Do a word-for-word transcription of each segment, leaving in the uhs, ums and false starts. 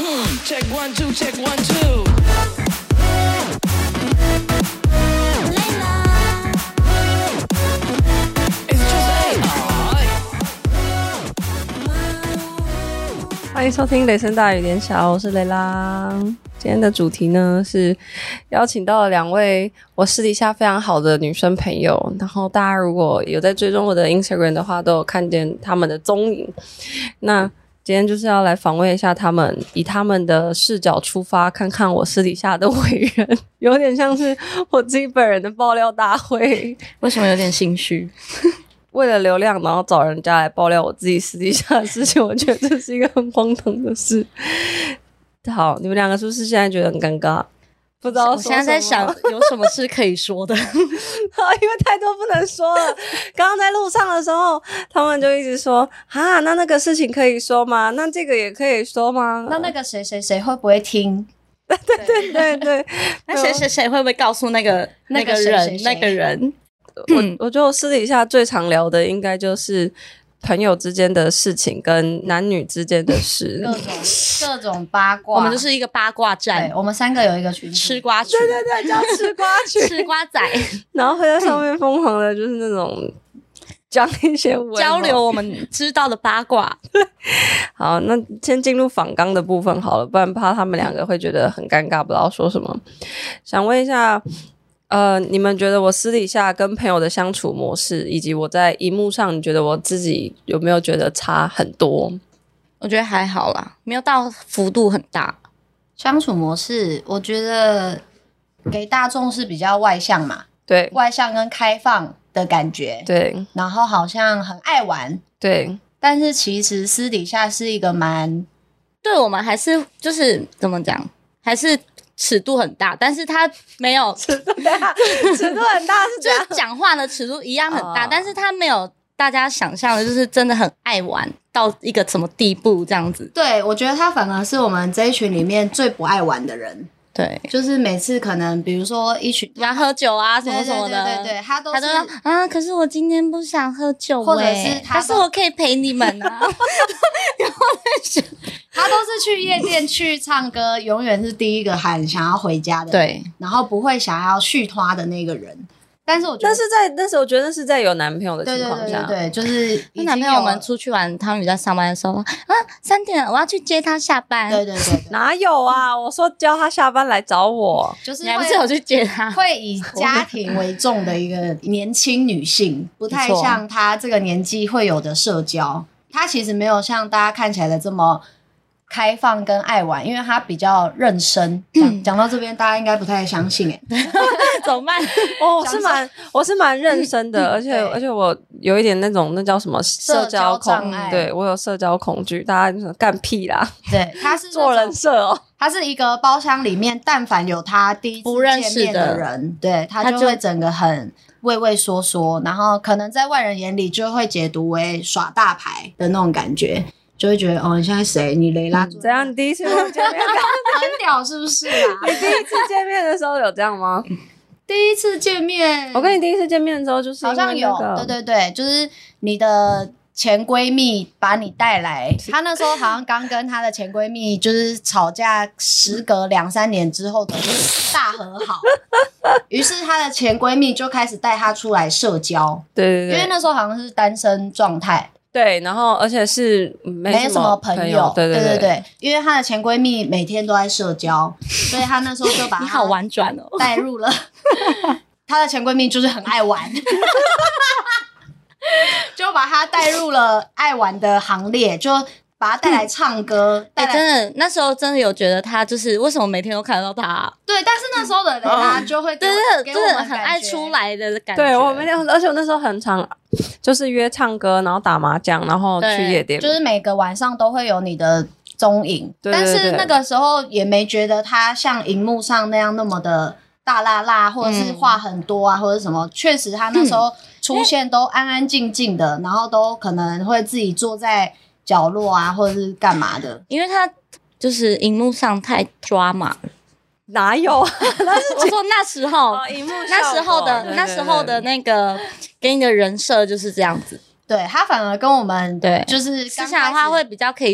Check one two, check one two. 欢迎收听雷声大雨点小，我是雷拉。今天的主题呢是邀请到了两位我私底下非常好的女生朋友，然后大家如果有在追踪我的 Instagram 的话，都有看见他们的踪影。那今天就是要来访问一下他们，以他们的视角出发，看看我私底下的为人，有点像是我自己本人的爆料大会。 为什么有点心虚？ 为了流量，然后找人家来爆料我自己私底下的事情，我觉得这是一个很荒唐的事。好，你们两个是不是现在觉得很尴尬？不知道说什么。 我现在在想有什么是可以说的。 因为太多不能说了。刚刚在路上的时候，他们就一直说啊，那那个事情可以说吗？那这个也可以说吗？ 那那个谁谁谁会不会听？ 对对对对， 那谁谁谁会不会告诉那个那个人那个人？ 我我觉得我私底下最常聊的应该就是朋友之间的事情跟男女之间的事， 各种各种八卦。 我们就是一个八卦站， 对，我们三个有一个群组， 吃瓜群， 对对对，叫吃瓜群， 吃瓜仔， 然后会在上面疯狂的，就是那种讲一些交流我们知道的八卦。 好，那先进入访纲的部分好了，不然怕他们两个会觉得很尴尬，不知道说什么。想问一下。呃，你们觉得我私底下跟朋友的相处模式，以及我在荧幕上，你觉得我自己有没有觉得差很多？ 我觉得还好啦，没有到幅度很大。 相处模式，我觉得给大众是比较外向嘛， 对， 外向跟开放的感觉， 对， 然后好像很爱玩， 对， 但是其实私底下是一个蛮， 对我们还是就是怎么讲，还是。尺度很大，但是他没有尺度大，尺度很大是就是讲话的尺度一样很大， oh. 但是他没有大家想象的，就是真的很爱玩到一个什么地步这样子。 对，我觉得他反而是我们这一群里面最不爱玩的人。 对， 就是每次可能比如说一群要喝酒啊什么什么的， 对对对对，他都是他都说啊，可是我今天不想喝酒、欸， 或者是他， 但是我可以陪你们啊。然后他都是去夜店去唱歌，永远是第一个喊想要回家的人， 对， 然后不会想要续拖的那个人。但是我觉得， 但是在但是我觉得是在有男朋友的情况下， 对对对对，就是跟男朋友们出去玩，他们在上班的时候啊，三点了我要去接他下班。 对对 对, 对， 哪有啊？我说叫他下班来找我， 就是你还不是有去接他？ 会以家庭为重的一个年轻女性，不太像她这个年纪会有的社交。她其实没有像大家看起来的这么开放跟爱玩，因为他比较认真。讲讲到这边，大家应该不太相信哎、欸， 怎么办？ 哦，我是蛮我是蛮认真的，而且而且我有一点那种那叫什么社交恐惧，对我有社交恐惧，大家就干屁啦。 对，他是做人设哦， 他是一个包厢里面，但凡有他第一次见面的人，对他就会整个很畏畏缩缩，然后可能在外人眼里就会解读为耍大牌的那种感觉。就会觉得哦，你现在谁？你雷拉怎样？你第一次见面很屌是不是啊？ 你第一次见面的时候有这样吗？ 第一次见面， 我跟你第一次见面的时候就是因为、那個、 好像有，对对对，就是你的前闺蜜把你带来，她那时候好像刚跟她的前闺蜜就是吵架，时隔两三年之后的大和好，于是她的前闺蜜就开始带她出来社交， 对对对， 因为那时候好像是单身状态。 对，然后而且是没什么没什么朋友， 友对对对, 对对对，因为她的前闺蜜每天都在社交，所以她那时候就把她你好婉转哦， 带入了她的前闺蜜就是很爱玩，就把她带入了爱玩的行列，就把她带来唱歌。 哎、欸，真的那时候真的有觉得她就是为什么每天都看得到她、啊？ 对，但是那时候的雷拉就会对对， 真的很爱出来的感觉。 对我每天，而且我那时候很常就是约唱歌，然后打麻将，然后去夜店， 就是每个晚上都会有你的踪影。 对对对对， 但是那个时候也没觉得她像荧幕上那样那么的大辣辣，或者是话很多啊，嗯、或者什么。确实，她那时候出现都安安静静的，然后都可能会自己坐在角落啊，或者是干嘛的。 因为她就是荧幕上太抓马了。 哪有啊？那是我说那时候， 哦、荧幕那时候的对对对那时候的那个给你的人设就是这样子。 对，他反而跟我们对就是私下的话会比较可以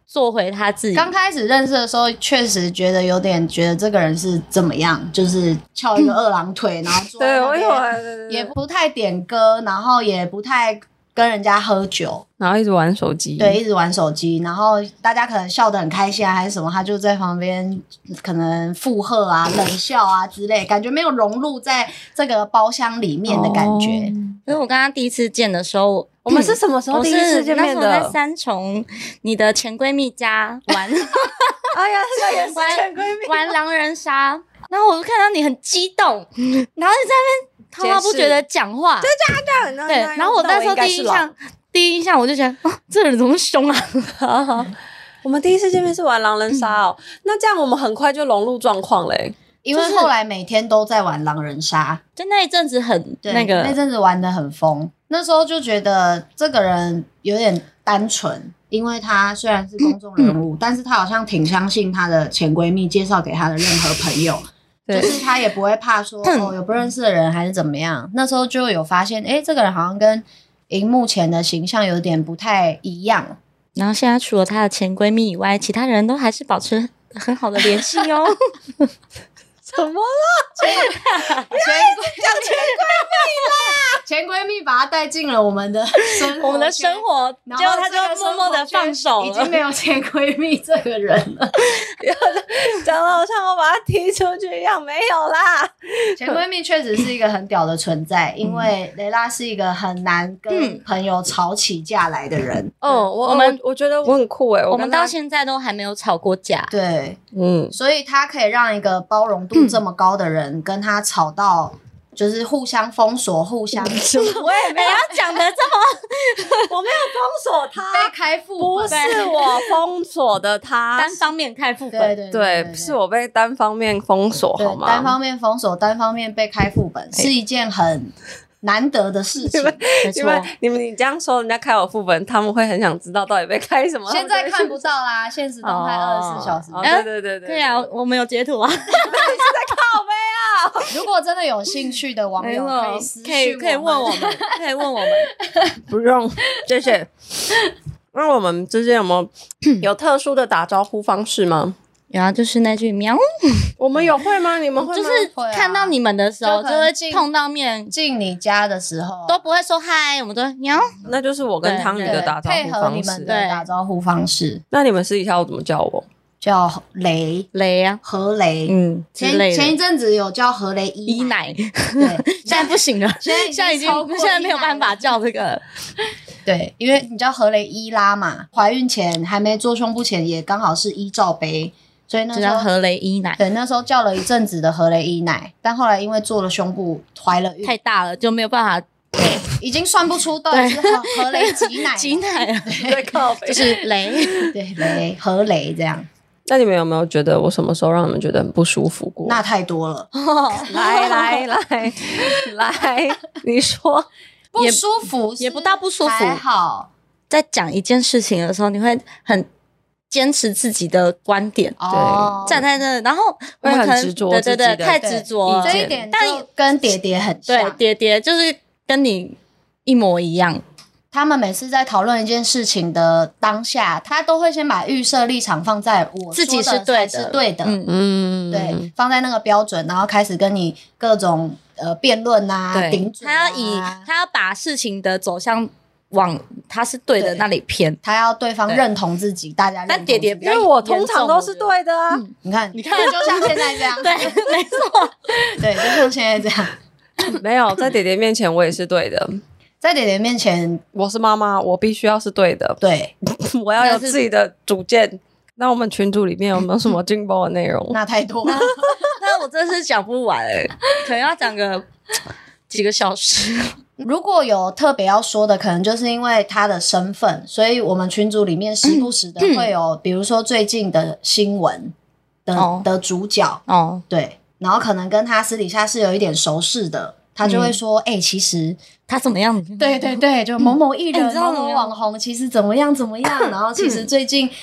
做回他自己。 刚开始认识的时候，确实觉得有点觉得这个人是怎么样，就是翘一个二郎腿，然后坐在对， 那我有啊， 边对对对， 也不太点歌，然后也不太跟人家喝酒， 然后一直玩手机， 对，一直玩手机，然后大家可能笑得很开心啊，还是什么，他就在旁边可能附和啊、冷笑啊之类，感觉没有融入在这个包厢里面的感觉。 哦因为我跟他第一次见的时候， 我们是什么时候我第一次是见面那时候在的？ 三重你的前闺蜜家玩哎呀，这个也是玩前闺蜜， 玩狼人杀，然后我就看到你很激动，然后就在那边滔滔不绝的讲话，对，然后我那时候第一印象，第一印象我就觉得，哦，这个人怎么凶啊？ 我们第一次见面是玩狼人杀哦，那这样我们很快就融入状况嘞。 因为后来每天都在玩狼人杀， 就那一阵子很对， 那个， 那阵子玩得很疯。那时候就觉得这个人有点单纯，因为他虽然是公众人物，但是他好像挺相信他的前闺蜜介绍给他的任何朋友， 对就是他也不会怕说哦有不认识的人还是怎么样。那时候就有发现，诶，这个人好像跟荧幕前的形象有点不太一样。 然后现在除了她的前闺蜜以外，其他人都还是保持很好的联系哦。 怎么了？ 前前讲前闺蜜啦，前闺蜜把她带进了我们的生活， 我们的生活， 然结果她后这个就默默的放手了， 已经没有前闺蜜这个人了。 讲的好像我把他踢出去一样，没有啦。 前闺蜜确实是一个很屌的存在，因为雷拉是一个很难跟朋友吵起架来的人。 嗯，我我们我我觉得我很酷诶， 我们跟他到现在都还没有吵过架。 对， 嗯， 所以他可以让一个包容度这么高的人跟他吵到，就是互相封锁、互相我也没有不要讲的这么我没有封锁他， 被开副不本。 是我封锁的他， 单方面开副对本， 对对对，是我被单方面封锁， 对好吗？ 单方面封锁、单方面被开副本，是一件很难得的事情。 没错你们。你们你这样说，人家开我副本，他们会很想知道到底被开什么。 现在看不到啦，现实动态二十四小时。 哦，对对对对， 对啊，我们有截图啊， 靠背啊！ 如果真的有兴趣的网友，可以私可以讯可以问我们，可以问我们。 不用，谢谢。那我们之间有没有有特殊的打招呼方式吗？ 然后就是那句喵， 我们有会吗？你们会吗？ 就是会啊看到你们的时候就可就会能进碰到面， 进你家的时候都不会说嗨，我们都会喵。 那就是我跟汤宇的打招配合呼方式。 你们的对打招呼方式， 那你们私底下要怎么叫我？ 叫雷雷啊， 何雷。 嗯，之前类的前一阵子有叫何雷一一奶， 对现在不行了， 现在已经现在已经超过现在没有一奶办法叫这个了。 对，因为你叫何雷伊拉嘛，怀孕前还没做胸部前也刚好是一罩杯，所以那时候就叫何雷一奶， 对那时候叫了一阵子的何雷伊奶，但后来因为做了胸部怀了孕， 太大了就没有办法已经算不出到底是何何雷挤奶了挤奶了， 对，靠背就是雷。 对雷何雷这样， 那你们有没有觉得我什么时候让你们觉得很不舒服过？ 那太多了， 来来来来，你说不舒服也不大不舒服还好在讲一件事情的时候，你会很坚持自己的观点， 哦。 站在那，然后我会们可能很执着对对对， 自己的太执着了对。 这一点但就跟爹爹很对， 像， 爹爹就是跟你一模一样。 他们每次在讨论一件事情的当下，他都会先把预设立场放在我自己说的是对的才是对的， 嗯， 嗯， 对，放在那个标准，然后开始跟你各种呃辩论啊、 对顶，嘴他啊， 要以他要把事情的走向往他是对的对那里偏。 他要对方对认同自己，大家认同但爹爹自己因为我通常都是对的啊。 你看， 你看就像现在这样， 对，没错。 对，就像现在这样， 没有在爹爹面前我也是对的， 在爹爹面前， 我是妈妈，我必须要是对的， 对， 我要有自己的主见。那我们群组里面有没有什么劲爆的内容？ 那太多了。 但我真是讲不完哎、可能要讲个几个小时。 如果有特别要说的，可能就是因为他的身份，所以我们群组里面时不时的会有，比如说最近的新闻的、 哦的主角， 哦， 对，然后可能跟他私底下是有一点熟识的，他就会说，哎、其实， 他怎么样？ 对对对，就某某艺人、 哎你知道某某怎么样网红，其实怎么样怎么样，然后其实最近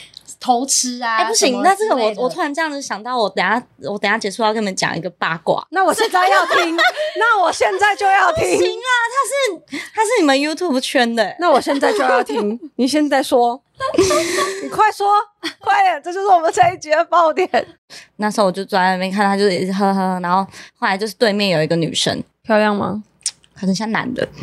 偷吃啊。 哎、欸，不行，那这个我我突然这样子想到，我等一下我等一下结束要跟你们讲一个八卦。 那我现在要听，那我现在就要听。 行啊，他是他是你们 YouTube 圈的， 那我现在就要听。你现在说，你快说，快点，这就是我们这一集的爆点。 那时候我就坐在那边看，他就是一直呵呵，然后后来就是对面有一个女生， 漂亮吗？ 可能像男的。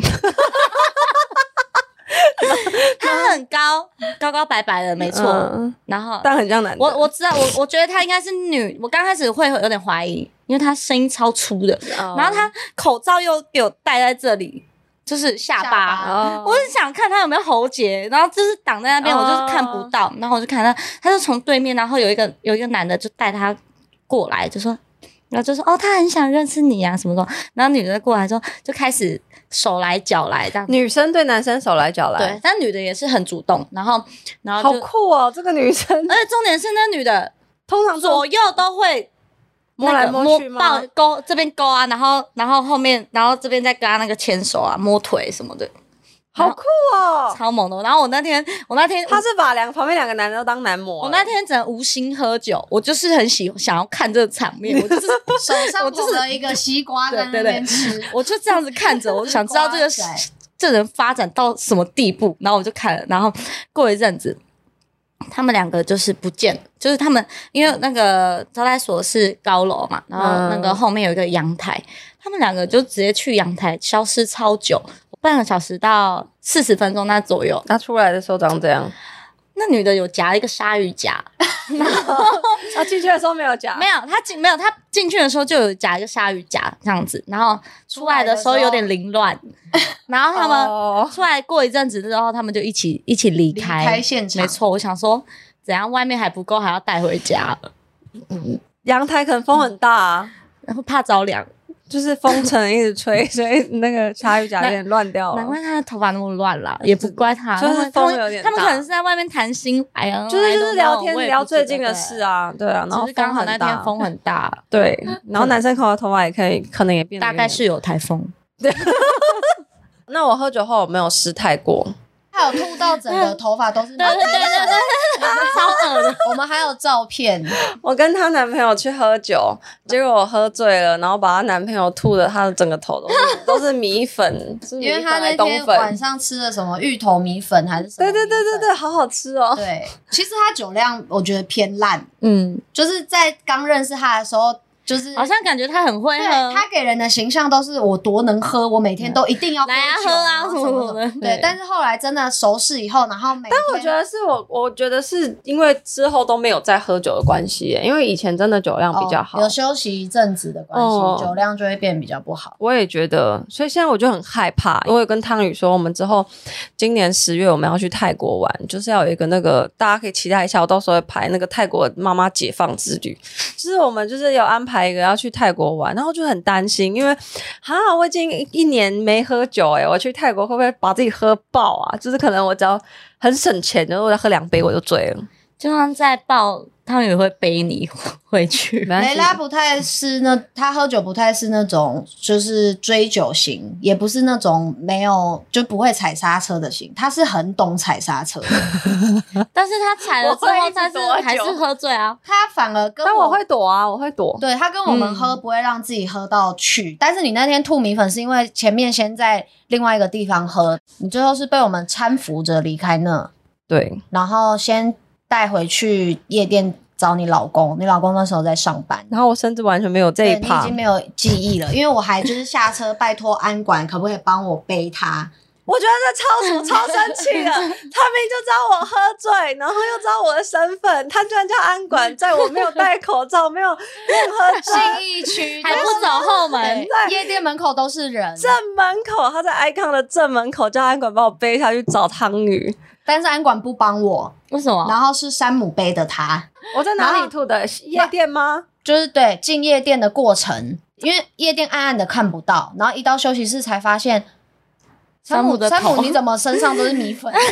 他很高，高高白白的，没错。嗯、然后， 但很像男的。 我我知道，我我觉得他应该是女。我刚开始会有点怀疑，因为他声音超粗的，哦、然后他口罩又给我戴在这里，就是下巴。下巴哦、我是想看他有没有喉结，然后就是挡在那边，哦、我就是看不到。然后我就看他，他就从对面，然后有一个有一个男的就带他过来，就说。然后就说哦，他很想认识你啊，什么什么。然后女的过来之后，就开始手来脚来这样。 女生对男生手来脚来， 对，但女的也是很主动。然后，然后好酷哦，这个女生。 而且重点是那女的通常左右都会摸来摸去吗？ 抱勾这边勾啊，然后然后后面，然后这边再跟他那个牵手啊，摸腿什么的。 好酷哦， 超猛的！然后我那天，我那天他是把两旁边两个男的都当男模。 我那天只能无心喝酒，我就是很喜想要看这个场面，我就是手上捧着一个西瓜在那边吃， 对对对，我就这样子看着，我就想知道这个这人发展到什么地步，然后我就看了，然后过一阵子，他们两个就是不见了，就是他们因为那个招待所是高楼嘛，然后那个后面有一个阳台，嗯、他们两个就直接去阳台消失超久。半个小时到四十分钟那左右， 他出来的时候长怎样？ 那女的有夹一个鲨鱼夹，然后他进去的时候没有夹， 没有，他进没有，他进去的时候就有夹一个鲨鱼夹这样子，然后出来的时候有点凌乱，然后他们出来过一阵子之后，他们就一起一起离开， 离开现场。 没错，我想说怎样外面还不够，还要带回家。 嗯，阳台可能风很大啊， 然后怕着凉。 就是风尘一直吹，所以那个鲨鱼夹有点乱掉了。 难怪他的头发那么乱啦，也不怪他， 就是风有点大。 他们可能是在外面谈心，哎呀， 就是就是聊天聊最近的事啊，对啊，然后刚好那天风很大， 对，然后男生口的头发也可以，可能也变得大概是有台风。 对，那我喝酒后有没有失态过？ 还有吐到整个头发都是， 对对对对对，超恶的。 我们还有照片， 我跟她男朋友去喝酒，结果我喝醉了，然后把她男朋友吐的，她的整个头都是都是米粉， 因为他那天晚上吃了什么芋头米粉还是什么？ 对对对对对，好好吃哦。 对，其实他酒量我觉得偏烂， 嗯， 就是在刚认识他的时候。就是好像感觉他很会喝， 他给人的形象都是我多能喝，我每天都一定要喝来啊喝啊什么什么的。 对，但是后来真的熟识以后，然后每天， 但我觉得是我，我觉得是因为之后都没有再喝酒的关系耶，因为以前真的酒量比较好， 哦、有休息一阵子的关系，哦、酒量就会变比较不好。 我也觉得，所以现在我就很害怕。我有跟汤宇说，我们之后今年十月我们要去泰国玩，就是要有一个那个大家可以期待一下，我到时候会排那个泰国妈妈解放之旅，就是我们就是有安排一个要去泰国。国玩，然后就很担心，因为哈，我已经一年没喝酒哎、欸，我去泰国会不会把自己喝爆啊？就是可能我只要很省钱，然后我要喝两杯我就醉了。 就算再爆，他们也会背你回去。 雷拉不太是那，他喝酒不太是那种就是追酒型，也不是那种没有就不会踩刹车的型，他是很懂踩刹车的。 但是他踩了之后，但是还是喝醉啊。 他反而跟我， 但我会躲啊，我会躲。 对，他跟我们喝不会让自己喝到去，嗯、但是你那天吐米粉是因为前面先在另外一个地方喝，你最后是被我们搀扶着离开那。 对， 然后先带回去夜店找你老公，你老公那时候在上班， 然后我甚至完全没有这一趴， 你已经没有记忆了，因为我还就是下车拜托安管可不可以帮我背他。 我觉得这超超生气的，他明就知道我喝醉，然后又知道我的身份，他居然叫安管，在我没有戴口罩、没有任何信义区还不走后门， 夜店门口都是人， 正门口他在 icon 的正门口叫安管帮我背下去找汤宇。 但是安管不帮我， 为什么？ 然后是山姆背的他。 我在哪里吐的？夜店吗？ 就是对进夜店的过程，因为夜店暗暗的看不到，然后一到休息室才发现，山姆的山姆你怎么身上都是米粉？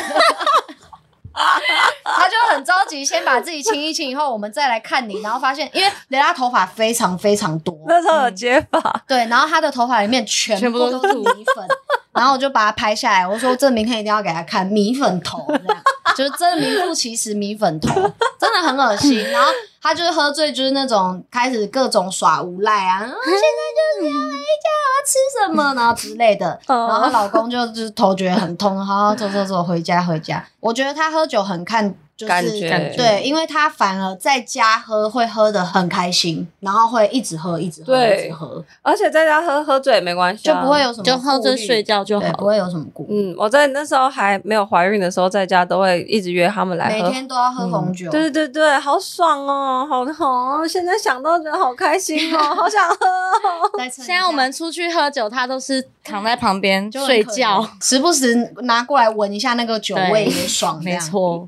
他就很着急，先把自己清一清，以后我们再来看你，然后发现，因为雷拉头发非常非常多， 那时候有接发、嗯， 对，然后他的头发里面全部都是米粉，然后我就把他拍下来，我说这明天一定要给他看米粉头这样。 就是真的名副其实米粉头，真的很恶心。然后他就是喝醉，就是那种开始各种耍无赖啊，嗯、现在就是要回家，我要吃什么呢之类的。然后她老公就就是头觉得很痛，好走走走回家回家。我觉得他喝酒很看。就是感觉对，因为他反而在家喝会喝得很开心，然后会一直喝一直喝一直喝， 而且在家喝喝醉也没关系、 啊，就不会有什么就喝着睡觉就好， 不会有什么顾虑。 嗯，我在那时候还没有怀孕的时候，在家都会一直约他们来喝， 每天都要喝红酒。 嗯、对对对，好爽哦，好好，现在想到觉得好开心哦，好想喝、哦。 现在我们出去喝酒，他都是躺在旁边睡觉， 时不时拿过来闻一下那个酒味也爽， 没错。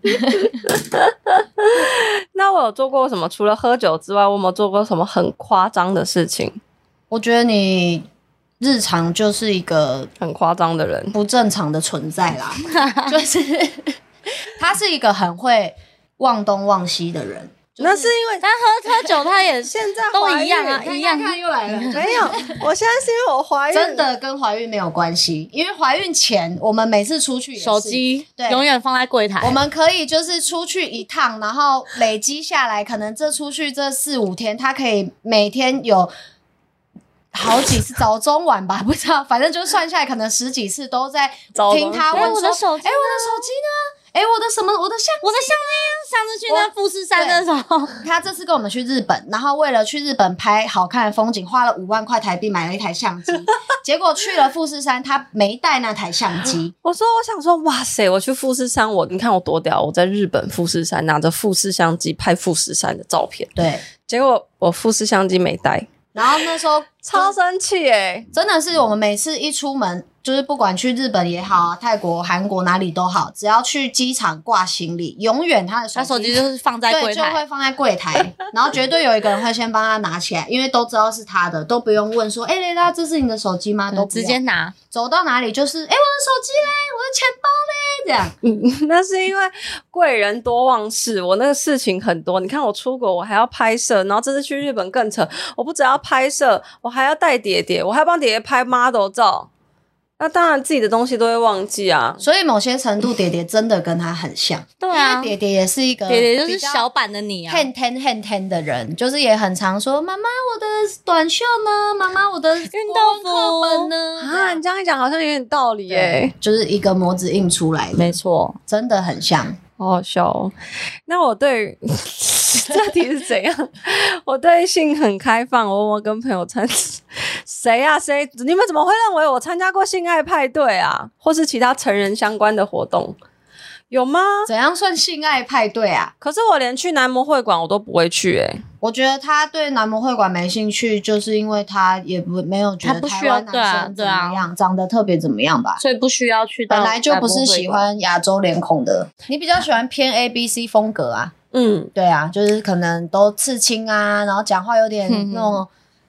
那我有做过什么？除了喝酒之外，我有没有做过什么很夸张的事情？ 我觉得你日常就是一个很夸张的人， 不正常的存在啦。就是他是一个很会忘东忘西的人。 就是、那是因为他喝喝酒，他也现在都一样啊，一样。 看又来了， 没有，我现在是因为我怀孕， 真的跟怀孕没有关系。因为怀孕前，我们每次出去也是手机永远放在柜台， 我们可以就是出去一趟，然后累积下来，可能这出去这四五天，他可以每天有好几次，早中晚吧，不知道，反正就算下来，可能十几次都在听他问说：“哎、欸，我的手机呢？哎、欸，我的什么？我的相机， 我的相机，上次去那富士山的时候， 他这次跟我们去日本，然后为了去日本拍好看的风景，花了五万块台币买了一台相机，结果去了富士山，他没带那台相机。 我说，我想说，哇塞，我去富士山，我你看我多屌，我在日本富士山拿着富士相机拍富士山的照片， 对， 结果我富士相机没带。 然后那时候超生气欸， 真的是我们每次一出门，就是不管去日本也好，泰国、韩国哪里都好，只要去机场挂行李，永远他的手机， 他手机就是放在柜台， 对，就会放在柜台，然后绝对有一个人会先帮他拿起来，因为都知道是他的，都不用问说，哎、欸，蕾拉，这是你的手机吗？都直接拿， 走到哪里就是，哎、欸，我的手机嘞，我的钱包嘞，这样。 嗯，那是因为贵人多忘事，我那个事情很多。你看我出国，我还要拍摄，然后这次去日本更扯，我不只要拍摄，我还要带爹爹，我还要帮爹爹拍 model 照。那当然自己的东西都会忘记啊， 所以某些程度爹爹真的跟他很像。 对啊， 因为爹爹也是一个爹爹就是小版的你啊， 很天很天的人，就是也很常说妈妈我的短袖呢，妈妈我的运动服本呢啊，你这样一讲好像有点道理耶、欸， 就是一个模子印出来的， 没错， 真的很像。 好好笑哦。那我对这题是怎样？我对性很开放，我我跟朋友参谁啊谁？你们怎么会认为我参加过性爱派对啊，或是其他成人相关的活动？有吗？ 怎样算性爱派对啊？ 可是我连去男模会馆我都不会去诶、欸。 我觉得他对男模会馆没兴趣，就是因为他也不没有觉得台湾男生怎么样，啊啊、长得特别怎么样吧， 所以不需要去到。 本来就不是喜欢亚洲脸孔的，你比较喜欢偏 A B C 风格啊。 嗯， 对啊，就是可能都刺青啊，然后讲话有点那种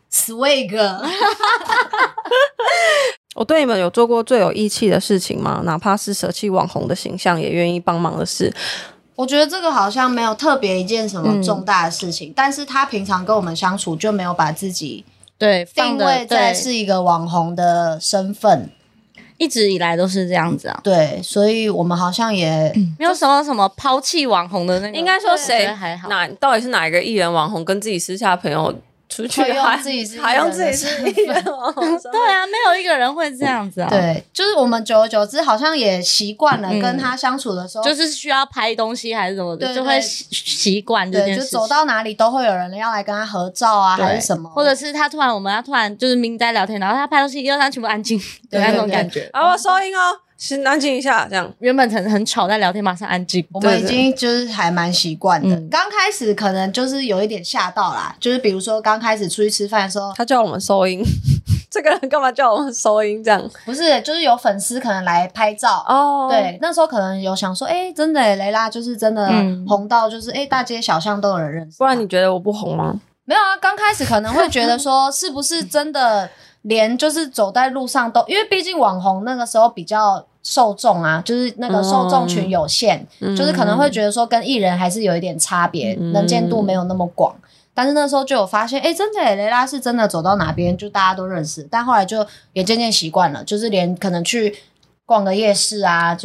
swag。 我对你们有做过最有义气的事情吗？哪怕是舍弃网红的形象，也愿意帮忙的事。 我觉得这个好像没有特别一件什么重大的事情，嗯、但是他平常跟我们相处就没有把自己对定位在是一个网红的身份， 一直以来都是这样子啊。 对，所以我们好像也、 嗯、没有什么什么抛弃网红的那个。 应该说谁还好， 哪到底是哪一个艺人网红跟自己私下朋友出去还用自己是还用自己是艺人网红？ 对啊，没有一个人会这样子啊。 对，就是我们久而久之好像也习惯了跟他相处的时候， 嗯、就是需要拍东西还是什么的， 对对就会习惯这件事情。 对，就走到哪里都会有人要来跟他合照啊，还是什么， 或者是他突然我们要突然就是明在聊天，然后他拍东西一二三全部安静，对那种感觉。 啊，我收音哦。先安静一下，这样原本很很吵在聊天，马上安静。 我们已经就是还蛮习惯的。刚、 嗯、 开始可能就是有一点吓到啦，就是比如说刚开始出去吃饭的时候， 他叫我们收音，这个人干嘛叫我们收音？这样不是，就是有粉丝可能来拍照哦。对，那时候可能有想说，哎、欸，真的耶，蕾拉就是真的红到，就是哎、欸，大街小巷都有人认识。 不然你觉得我不红吗？ 没有啊，刚开始可能会觉得说，是不是真的连就是走在路上都，因为毕竟网红那个时候比较。受众啊，就是那个受众群有限、嗯、就是可能会觉得说跟艺人还是有一点差别、嗯、能见度没有那么广，但是那时候就有发现，哎，真的耶，蕾拉是真的走到哪边就大家都认识，但后来就也渐渐习惯了，就是连可能去逛个夜市啊，就是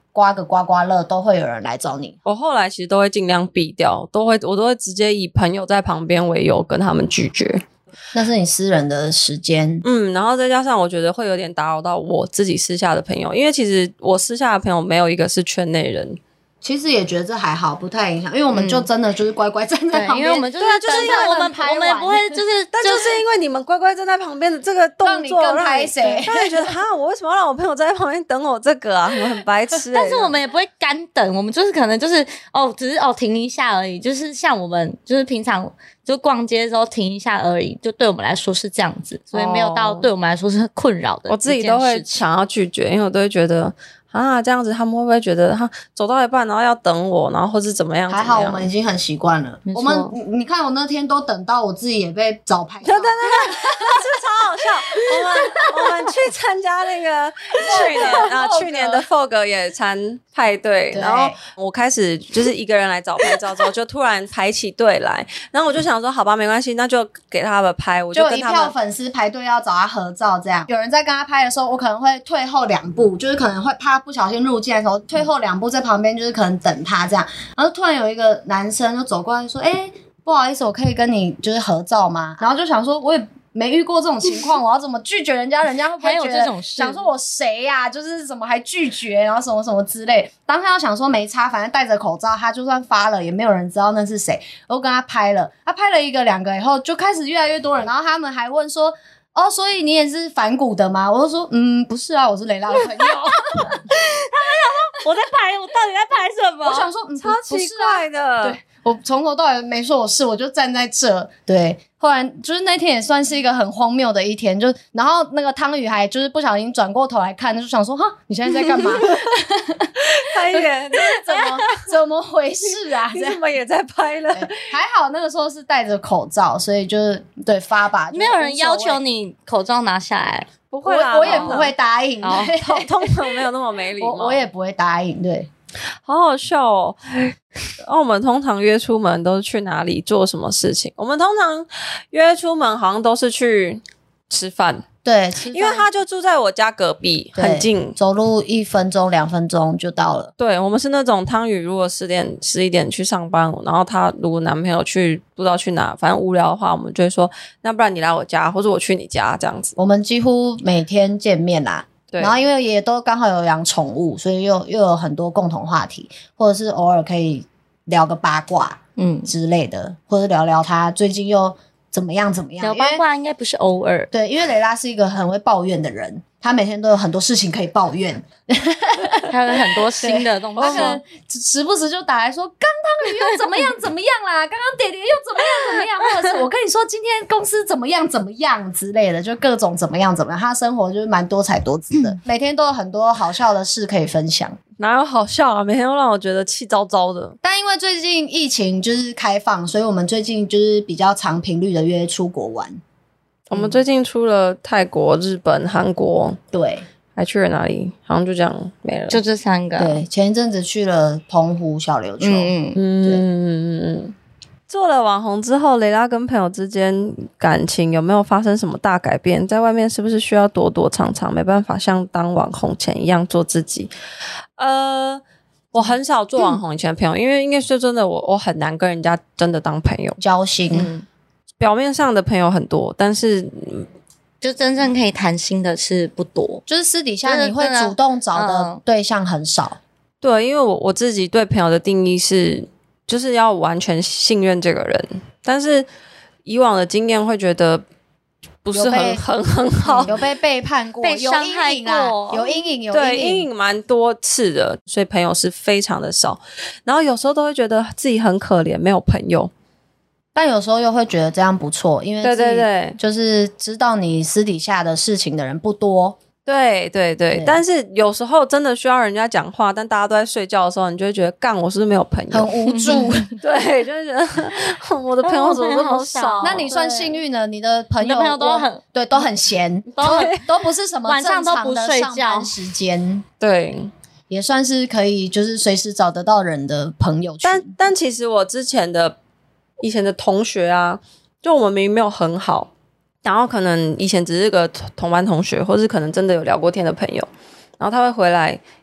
刮个刮刮乐，都会有人来找你。 我后来其实都会尽量避掉，都会我都会直接以朋友在旁边为由跟他们拒绝。 那是你私人的时间， 嗯，然后再加上我觉得会有点打扰到我自己私下的朋友，因为其实我私下的朋友没有一个是圈内人。 其实也觉得这还好，不太影响，因为我们就真的就是乖乖站在旁边， 因为我们就是对啊，就是因为我们我们不会就是， 但就是因为你们乖乖站在旁边的这个动作， 让你更拍谁， 让你觉得哈，我为什么要让我朋友站在旁边等我这个啊？我很白痴、欸。 但是我们也不会干等，我们就是可能就是哦，只是哦停一下而已，就是像我们就是平常就逛街的时候停一下而已，就对我们来说是这样子，所以没有到对我们来说是困扰的。 我自己都会想要拒绝，因为我都会觉得。啊，这样子他们会不会觉得他走到一半，然后要等我，然后或是怎么样？ 还好我们已经很习惯了。我们你你看我那天都等到我自己也被找拍照， 对对对，这超好笑。我们我们去参加那个去年啊去年的 Fog 野餐派对，然后我开始就是一个人来找拍照之后，就突然排起队来，然后我就想说，好吧，没关系，那就给他们拍，我就跟他们就一票粉丝排队要找他合照，这样有人在跟他拍的时候，我可能会退后两步，就是可能会怕不小心入镜的时候退后两步，在旁边就是可能等他这样，然后突然有一个男生就走过来说：“哎、欸，不好意思，我可以跟你就是合照吗？”然后就想说，我也没遇过这种情况，我要怎么拒绝人家？人家会不会觉得还有这种事想说我谁呀、啊？就是怎么还拒绝，然后什么什么之类。当他要想说没差，反正戴着口罩，他就算发了也没有人知道那是谁。我就跟他拍了，他拍了一个两个以后，就开始越来越多人，然后他们还问说。哦，所以你也是反骨的吗？我就说，嗯，不是啊，我是蕾拉的朋友。他们想说我在拍，我到底在拍什么？ 我想说，嗯， 超奇怪的。 啊、对，我从头到尾没说我是，我就站在这。对，后来就是那天也算是一个很荒谬的一天，就然后那个汤宇还就是不小心转过头来看，就想说，哈，你现在在干嘛？ 他也怎么怎么回事啊？ 你怎么也在拍了？ 还好那个时候是戴着口罩，所以就是对发吧， 没有人要求你口罩拿下来， 不会啦， 我, 我也不会答应。 通通常没有那么没礼貌， 我我也不会答应。对， 好好笑哦。然后我们通常约出门都是去哪里做什么事情？我们通常约出门好像都是去吃饭。 对， 因为他就住在我家隔壁，很近， 走路一分钟、两分钟就到了。 对，我们是那种汤宇如果十点、十一点去上班，然后他如果男朋友去不知道去哪，反正无聊的话，我们就会说，那不然你来我家，或者我去你家这样子。 我们几乎每天见面啦。对，然后因为也都刚好有养宠物，所以又又有很多共同话题，或者是偶尔可以聊个八卦，嗯之类的，或者聊聊他最近又。怎么样？怎么样？ 聊八卦应该不是偶尔， 对，因为蕾拉是一个很会抱怨的人，她每天都有很多事情可以抱怨， 还有很多新的东西， 她可能时不时就打来说，刚汤宇又怎么样怎么样啦，刚刚爹爹又怎么样怎么样，或者是我跟你说今天公司怎么样怎么样之类的，就各种怎么样怎么样，她生活就是蛮多彩多姿的，每天都有很多好笑的事可以分享。 哪有好笑啊！每天都让我觉得气糟糟的。 但因为最近疫情就是开放，所以我们最近就是比较长频率的约出国玩。 我们最近出了泰国、日本、韩国， 对， 还去了哪里？好像就这样没了， 就这三个。 对，前一阵子去了澎湖、小琉球。 嗯嗯对嗯嗯。做了网红之后，蕾拉跟朋友之间感情有没有发生什么大改变？在外面是不是需要躲躲藏藏，没办法像当网红前一样做自己？呃，我很少做网红以前的朋友，嗯、因为应该说真的，我我很难跟人家真的当朋友交心。 嗯，表面上的朋友很多，但是、嗯、 就真正可以谈心的是不多， 就是私底下你会主动找的对象很少。嗯、 对，因为我我自己对朋友的定义是。就是要完全信任这个人，但是以往的经验会觉得不是很很很好、 嗯，有被背叛过， 被伤害过， 有阴影，有对阴影蛮多次的，所以朋友是非常的少。然后有时候都会觉得自己很可怜，没有朋友， 但有时候又会觉得这样不错，因为对对对， 就是知道你私底下的事情的人不多。 对对 对, 对，但是有时候真的需要人家讲话，但大家都在睡觉的时候，你就会觉得干，我是不是没有朋友， 很无助。 对，就会觉得我的朋友怎么这么少？ 那你算幸运了，你的朋友， 你的朋友都很对，都很闲，都都不是什么晚上都不睡觉时间。 对， 也算是可以，就是随时找得到人的朋友群。 但但其实我之前的以前的同学啊，就我们明明没有很好。然后可能以前只是个同班同学，或是可能真的有聊过天的朋友，然后他会回来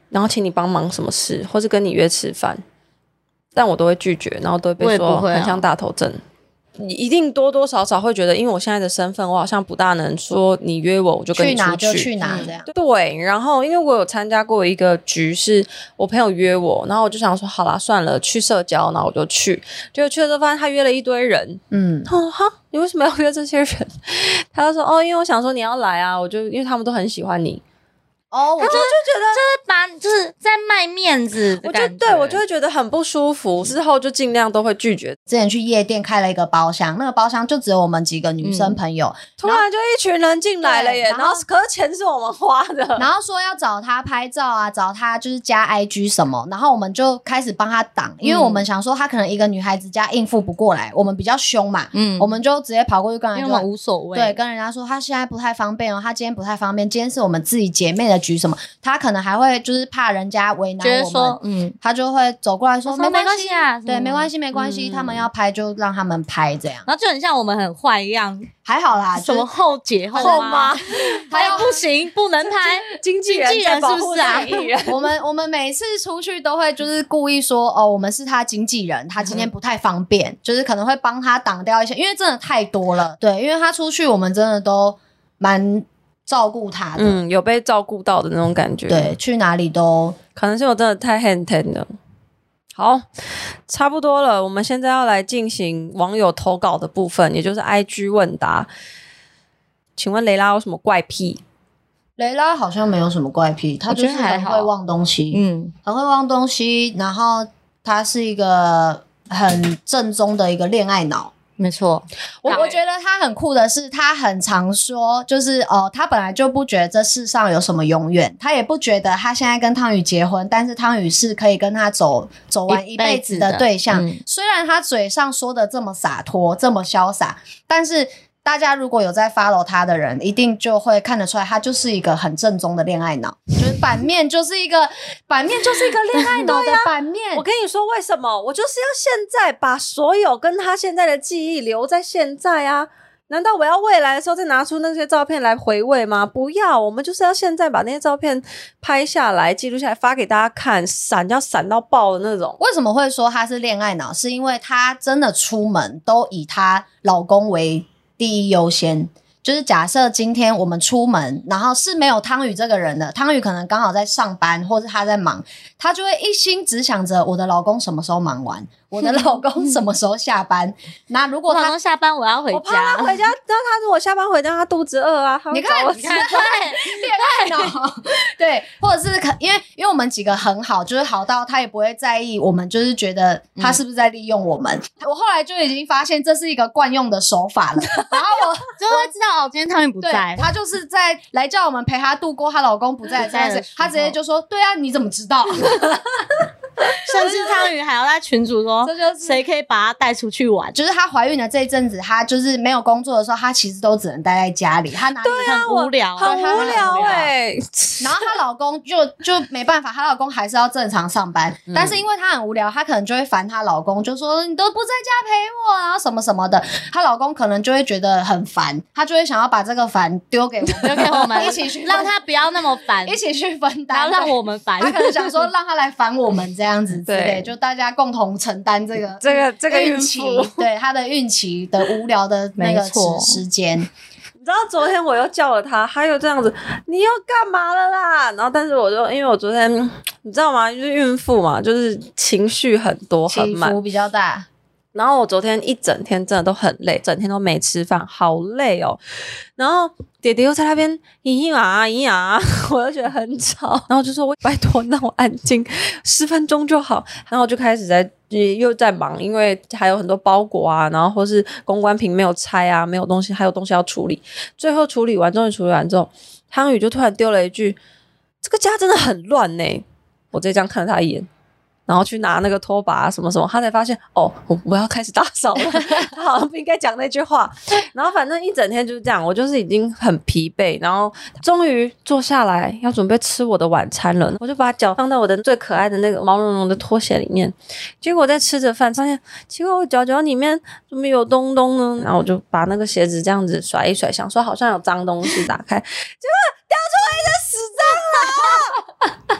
然后请你帮忙什么事，或是跟你约吃饭，但我都会拒绝，然后都会被说很像大头症。你一定多多少少会觉得，因为我现在的身份，我好像不大能说你约我，我就跟你出去， 去哪就去哪这样。 嗯、对，然后因为我有参加过一个局，是我朋友约我，然后我就想说，好啦，算了，去社交，然后我就去，结果去了之后发现他约了一堆人，嗯，哦哈，你为什么要约这些人？他就说，哦，因为我想说你要来啊，我就因为他们都很喜欢你。 哦，我就就觉得就是把就是在卖面子的感觉， 我就对我就会觉得很不舒服，之后就尽量都会拒绝。 之前去夜店开了一个包厢，那个包厢就只有我们几个女生朋友，嗯、 突然就一群人进来了耶，然后, 然后可是钱是我们花的， 然后说要找他拍照啊，找他就是加 I G 什么，然后我们就开始帮他挡，因为我们想说他可能一个女孩子家应付不过来，我们比较凶嘛，嗯，我们就直接跑过去跟人家说， 因为我们无所谓， 对，跟人家说他现在不太方便哦，他今天不太方便，今天是我们自己姐妹的局什么，他可能还会就是怕人家为难我们，说嗯，他就会走过来说没关系啊，对，没关系没关系、嗯，他们要拍就让他们拍这样， 然后就很像我们很坏一样， 还好啦， 什么后姐后妈，还有不行不能拍， 经纪人是不是啊？ 我们我们每次出去都会就是故意说哦，我们是他经纪人，他今天不太方便，嗯、就是可能会帮他挡掉一些，因为真的太多了，对，因为他出去我们真的都蛮照顾他的， 嗯，有被照顾到的那种感觉， 对，去哪里都可能是我真的太 hand ten 了。好，差不多了，我们现在要来进行网友投稿的部分，也就是 I G 问答。请问雷拉有什么怪癖？ 雷拉好像没有什么怪癖，他就是很会忘东西，嗯，很会忘东西，然后他是一个很正宗的一个恋爱脑。 没错， 我我觉得他很酷的是，他很常说，就是哦，他本来就不觉得这世上有什么永远，他也不觉得他现在跟汤宇结婚，但是汤宇是可以跟他走走完一辈子的对象。嗯、虽然他嘴上说的这么洒脱，这么潇洒，但是大家如果有在 follow 他的人，一定就会看得出来，他就是一个很正宗的恋爱脑，就是版面就是一个版面就是一个恋爱脑的版面。 啊、我跟你说为什么？我就是要现在把所有跟他现在的记忆留在现在啊！难道我要未来的时候再拿出那些照片来回味吗？不要，我们就是要现在把那些照片拍下来、记录下来，发给大家看，闪要闪到爆的那种。 为什么会说他是恋爱脑？是因为他真的出门都以她老公为第一优先，就是假设今天我们出门，然后是没有汤宇这个人的，汤宇可能刚好在上班或者他在忙，他就会一心只想着我的老公什么时候忙完，我的老公什么时候下班。那如果他老公下班我要回家， 我怕他回家，然后他如果下班回家他肚子饿啊，他你看你看对恋爱脑对，或者是可因为因为我们几个很好，就是好到他也不会在意我们就是觉得他是不是在利用我们、嗯、我后来就已经发现这是一个惯用的手法了然后我就会知道哦，今天汤宇不在， 他就是在来叫我们陪他度过她老公不在的这件事，他直接就说对啊，你怎么知道甚至汤宇还要在群组说谁可以把他带出去玩， 就是她怀孕的这一阵子，她就是没有工作的时候，她其实都只能待在家里，她哪里很无聊、 啊、很无聊哎、欸。 然后她老公就就没办法，她老公还是要正常上班、嗯、但是因为她很无聊，她可能就会烦她老公，就说你都不在家陪我啊什么什么的，她老公可能就会觉得很烦，她就会想要把这个烦丢给我们， 丢给我们一起去， 让他不要那么烦， 一起去分担， 然后让我们烦。 她可能想说让他来烦我们这样子之类，就大家共同承担这个这个这个孕期，对她的孕期的无聊的那个时间。 你知道昨天我又叫了他，他又这样子，你又干嘛了啦？然后但是我就因为我昨天你知道吗，就是孕妇嘛，就是情绪很多很满， 起伏比较大。 然后我昨天一整天真的都很累，整天都没吃饭，好累哦。然后爹爹又在那边咿咿啊咿呀，我就觉得很吵，然后就说我拜托让我安静十分钟就好。然后我就开始在又在忙，因为还有很多包裹啊，然后或是公关品没有拆啊，没有东西，还有东西要处理。最后处理完，终于处理完之后，汤宇就突然丢了一句：“这个家真的很乱呢。”我直接这样看了他一眼。然后去拿那个拖把啊什么什么，他才发现哦，我我要开始打扫了。他好像不应该讲那句话。然后反正一整天就是这样，我就是已经很疲惫，然后终于坐下来要准备吃我的晚餐了。我就把脚放到我的最可爱的那个毛茸茸的拖鞋里面，结果在吃着饭，发现奇怪，我脚脚里面怎么有东东呢？然后我就把那个鞋子这样子甩一甩，想说好像有脏东西，打开，结果掉出来一只死蟑螂。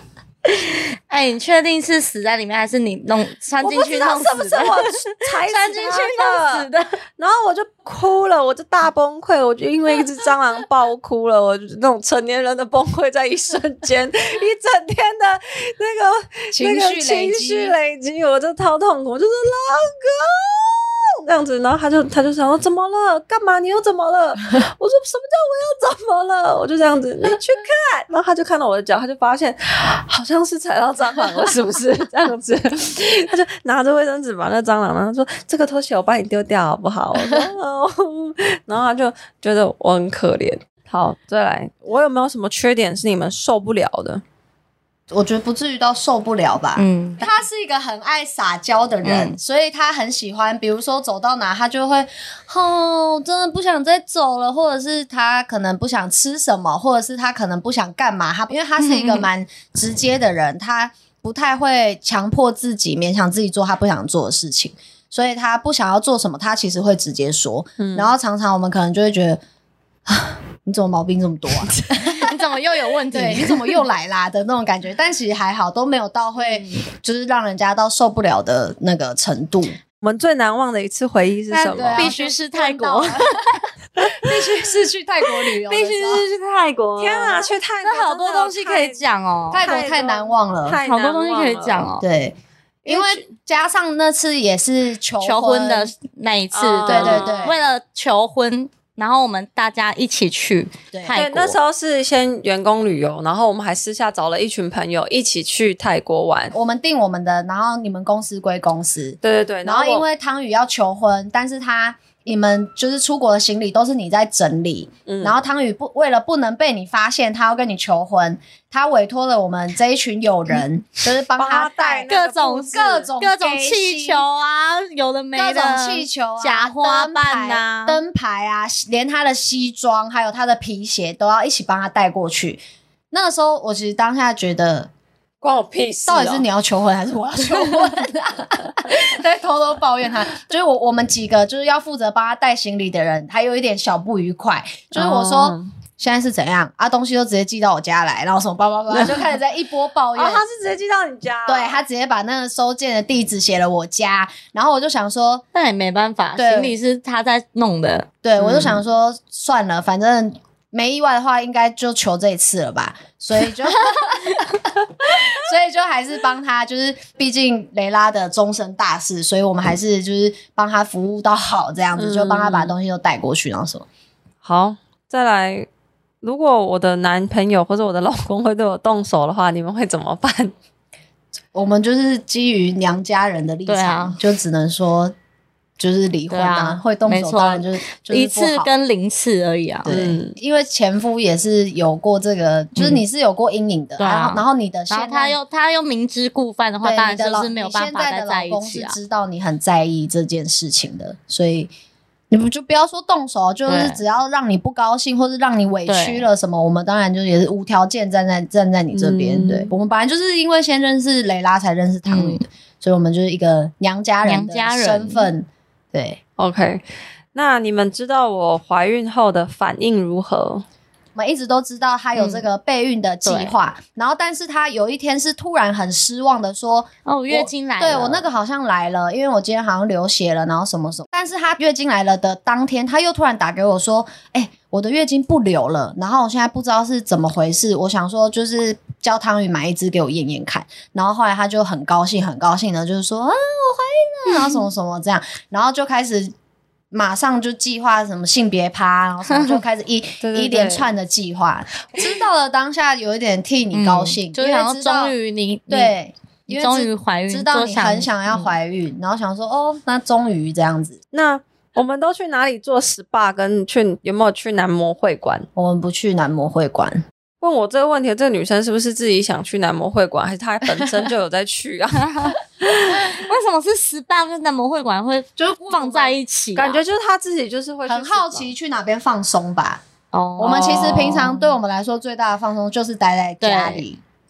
哎、欸，你确定是死在里面，还是你弄穿进去弄死的？ 我不知道是不是我踩穿进去弄死的？ 然后我就哭了，我就大崩溃，我就因为一只蟑螂爆哭了，我就那种成年人的崩溃在一瞬间，一整天的那个情绪那个情绪累积，我就超痛苦，我就说老公这样子，然后他就他就想说怎么了？干嘛？你又怎么了？我说什么叫我又怎么了？我就这样子，你去看，然后他就看到我的脚，他就发现好像是踩到蟑螂了，是不是这样子？他就拿着卫生纸把那蟑螂，然后说这个拖鞋我帮你丢掉好不好？我说哦，然后他就觉得我很可怜。好，再来，我有没有什么缺点是你们受不了的？ 我觉得不至于到受不了吧。嗯，他是一个很爱撒娇的人，嗯、所以他很喜欢，比如说走到哪，他就会，哦，真的不想再走了，或者是他可能不想吃什么，或者是他可能不想干嘛。他因为他是一个蛮直接的人，他不太会强迫自己、勉强自己做他不想做的事情，所以他不想要做什么，他其实会直接说。嗯、然后常常我们可能就会觉得，啊，你怎么毛病这么多啊？ 你怎么又有问题？ 对，你怎么又来啦的那种感觉，但其实还好，都没有到会就是让人家到受不了的那个程度。 我们最难忘的一次回忆是什么？ 啊、必须是泰国， 必须是去泰国旅游， 必须是去泰国。 天啊，去泰国， 那好多东西可以讲哦， 泰国太难忘了， 好多东西可以讲哦。 对，因为加上那次也是求婚求婚的那一次， 哦、 对对对， 为了求婚。然后我们大家一起去泰国， 对，那时候是先员工旅游，然后我们还私下找了一群朋友一起去泰国玩。 我们订我们的，然后你们公司归公司。 对对对， 然后因为汤宇要求婚，但是他你们就是出国的行李都是你在整理，嗯、然后汤宇不为了不能被你发现，他要跟你求婚，他委托了我们这一群友人，嗯、就是帮他带各种各种各种气球啊，有的没的， 各种气球啊， 假花瓣啊， 灯牌啊，连他的西装还有他的皮鞋都要一起帮他带过去。那个时候，我其实当下觉得。 关我屁事、哦！ 到底是你要求婚还是我要求婚、啊？在偷偷抱怨他，就是我我们几个就是要负责帮他带行李的人，还有一点小不愉快。就是我说、哦、现在是怎样啊？东西都直接寄到我家来，然后什么叭叭叭，就开始在一波抱怨。 哦，他是直接寄到你家、哦？ 对，他直接把那个收件的地址写了我家，然后我就想说， 那也没办法，行李是他在弄的。 对，我就想说、嗯、算了，反正。没意外的话，应该就求这一次了吧，所以就，所以就还是帮他，就是毕竟雷拉的终身大事，所以我们还是就是帮他服务到好这样子，嗯、就帮他把东西都带过去，然后什么。 好，再来，如果我的男朋友或者我的老公会对我动手的话，你们会怎么办？ 我们就是基于娘家人的立场，啊、就只能说。就是离婚 啊, 啊，会动手当然就是、就是、 一次跟零次而已啊。 对、嗯，因为前夫也是有过这个，就是你是有过阴影的，嗯、然后然后你的现在， 然后他又他又明知故犯的话，当然就是没有办法再在一起啊。 你现在的老公是知道你很在意这件事情的，所以你们就不要说动手，就是只要让你不高兴或是让你委屈了什么，我们当然就也是无条件站在站在你这边。嗯、对，我们本来就是因为先认识雷拉才认识汤宇的、嗯，所以我们就是一个娘家人的身份。对 ，OK， 那你们知道我怀孕后的反应如何？ 我们一直都知道他有这个备孕的计划、嗯，然后但是他有一天是突然很失望的说：“ 哦，我月经来了。” 对，我那个好像来了，因为我今天好像流血了，然后什么什么。但是他月经来了的当天，他又突然打给我说：“哎、欸，我的月经不流了，然后我现在不知道是怎么回事。”我想说就是叫汤宇买一支给我验验看，然后后来他就很高兴很高兴的，就是说：“啊，我怀孕了，然后什么什么这样，然后就开始。马上就计划什么性别趴，然后什么就开始一对对对一连串的计划。知道了当下有一点替你高兴， 嗯、就是想说终于你对， 因为终于怀孕， 知道你很想要怀孕，嗯、然后想说哦，那终于这样子。 那我们都去哪里做 S P A 跟去有没有去男模会馆？ 我们不去男模会馆。 问我这个问题的这个女生是不是自己想去男模会馆，还是她本身就有在去啊？ 为什么是S P A跟男模会馆会就放在一起、啊？ 感觉就是她自己就是会去很好奇去哪边放松吧。哦，我们其实平常对我们来说最大的放松就是待在家里。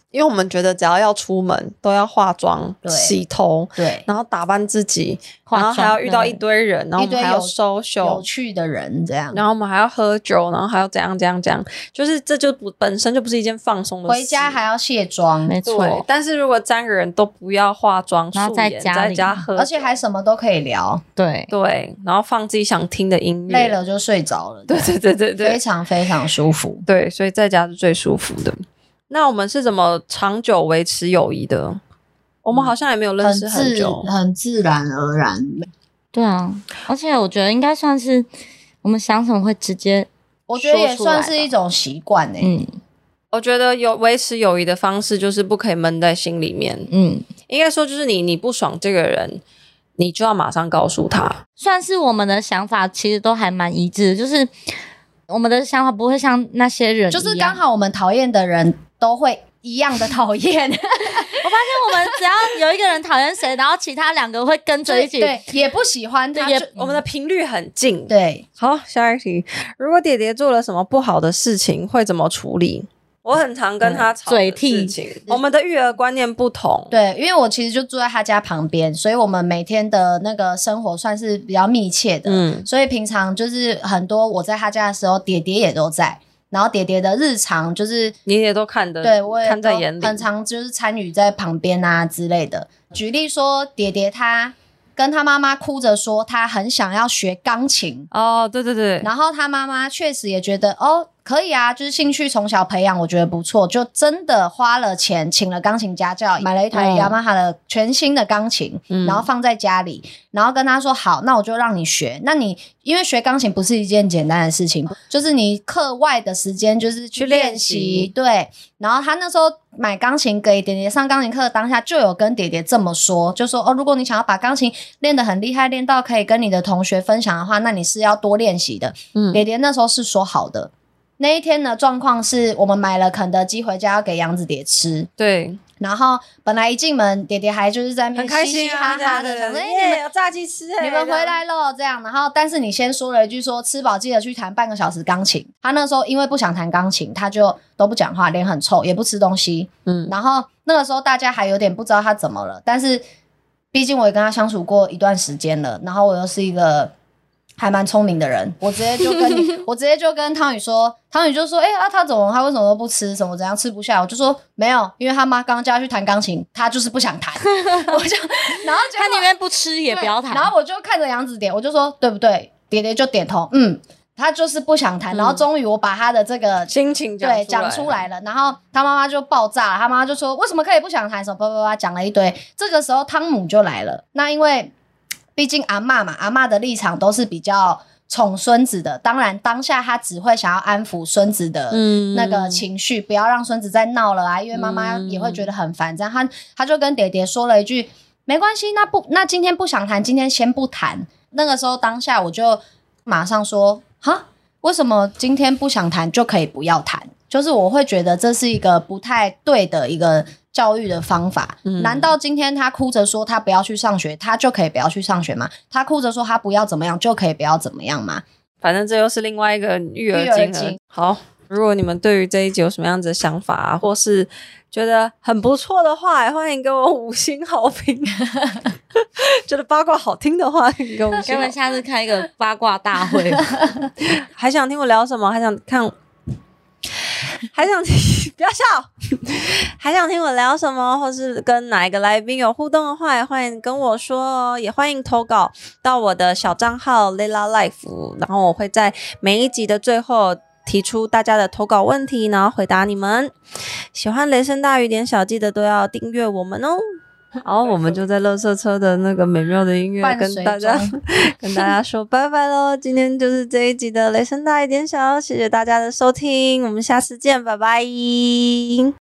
因为我们觉得只要要出门都要化妆、洗头， 对， 然后打扮自己，然后还要遇到一堆人，然后我们还要 social 有趣的人这样， 然后我们还要喝酒，然后还要怎样怎样怎样，就是这就不本身就不是一件放松的事。 回家还要卸妆， 没错。 但是如果三个人都不要化妆， 然后在家在家喝， 而且还什么都可以聊， 对对，然后放自己想听的音乐， 累了就睡着了， 对对对对对， 非常非常舒服。 对，所以在家是最舒服的。那我们是怎么长久维持友谊的？我们好像也没有认识很久， 很自很自然而然。 对啊，而且我觉得应该算是我们想什么会直接， 我觉得也算是一种习惯诶。 嗯， 我觉得有维持友谊的方式就是不可以闷在心里面。嗯，应该说就是你你不爽这个人，你就要马上告诉他。 算是我们的想法其实都还蛮一致的，就是我们的想法不会像那些人一样， 就是刚好我们讨厌的人都会一样的讨厌。 我发现我们只要有一个人讨厌谁，然后其他两个会跟着一起， 对，也不喜欢他， 也我们的频率很近。 对， 好，下一题，如果爹爹做了什么不好的事情，会怎么处理？我很常跟他吵的事情，嗯、我们的育儿观念不同。 对，因为我其实就住在他家旁边，所以我们每天的那个生活算是比较密切的。嗯，所以平常就是很多我在他家的时候，爹爹也都在。然后爹爹的日常就是你也都看的， 对我也看在眼里， 很常就是参与在旁边啊之类的。举例说，爹爹他跟他妈妈哭着说他很想要学钢琴哦，对对对， 然后他妈妈确实也觉得哦可以啊，就是兴趣从小培养，我觉得不错，就真的花了钱请了钢琴家教，买了一台雅马哈的全新的钢琴、嗯、然后放在家里，然后跟他说好，那我就让你学。那你因为学钢琴不是一件简单的事情，就是你课外的时间就是去练习，对。然后他那时候买钢琴给爹爹上钢琴课的当下就有跟爹爹这么说，就说哦，如果你想要把钢琴练得很厉害，练到可以跟你的同学分享的话，那你是要多练习的。嗯，爹爹那时候是说好的。那一天的状况是我们买了肯德基回家要给杨子蝶吃， 对， 然后本来一进门爹爹还就是在那边嘻嘻哈哈的想说哎，你们有炸鸡吃哎， 你们回来了这样，然后但是你先说了一句说吃饱记得去弹半个小时钢琴，他那时候因为不想弹钢琴，他就都不讲话，脸很臭，也不吃东西，嗯，然后那个时候大家还有点不知道他怎么了，但是毕竟我也跟他相处过一段时间了，然后我又是一个还蛮聪明的人，我直接就跟你我直接就跟汤宇说，汤宇就说哎、欸、啊他怎么他为什么都不吃，什么怎样吃不下，我就说没有，因为他妈刚叫他去弹钢琴，他就是不想弹我就然后就他宁愿不吃也不要弹， 然后我就看着杨子点，我就说对不对，爹爹就点头嗯，他就是不想弹、嗯、然后终于我把他的这个心情讲对讲出来了，然后他妈妈就爆炸了，他妈妈就说为什么可以不想弹什么叭叭叭讲了一堆，这个时候汤姆就来了，那因为毕竟阿嬷嘛，阿嬷的立场都是比较宠孙子的，当然当下他只会想要安抚孙子的那个情绪、嗯、不要让孙子再闹了啊，因为妈妈也会觉得很烦，这样他他就跟爹爹说了一句没关系，那不那今天不想弹，今天先不弹。那个时候当下我就马上说哈，为什么今天不想弹就可以不要弹，就是我会觉得这是一个不太对的一个教育的方法、嗯、难道今天他哭着说他不要去上学，他就可以不要去上学吗？他哭着说他不要怎么样就可以不要怎么样吗？ 反正这又是另外一个育儿经了。好，如果你们对于这一集有什么样子的想法、啊、或是觉得很不错的话，也欢迎给我五星好评觉得八卦好听的话给我五星好评， 给我们下次开一个八卦大会还想听我聊什么，还想看还想听不要笑还想听我聊什么，或是跟哪一个来宾有互动的话，也欢迎跟我说哦，也欢迎投稿到我的小账号 Layla Life， 然后我会在每一集的最后提出大家的投稿问题，然后回答你们。喜欢雷声大雨点小，记得都要订阅我们哦。好，我们就在垃圾车的那个美妙的音乐跟大家跟大家说拜拜咯。今天就是这一集的雷声大一点小，谢谢大家的收听，我们下次见，拜拜。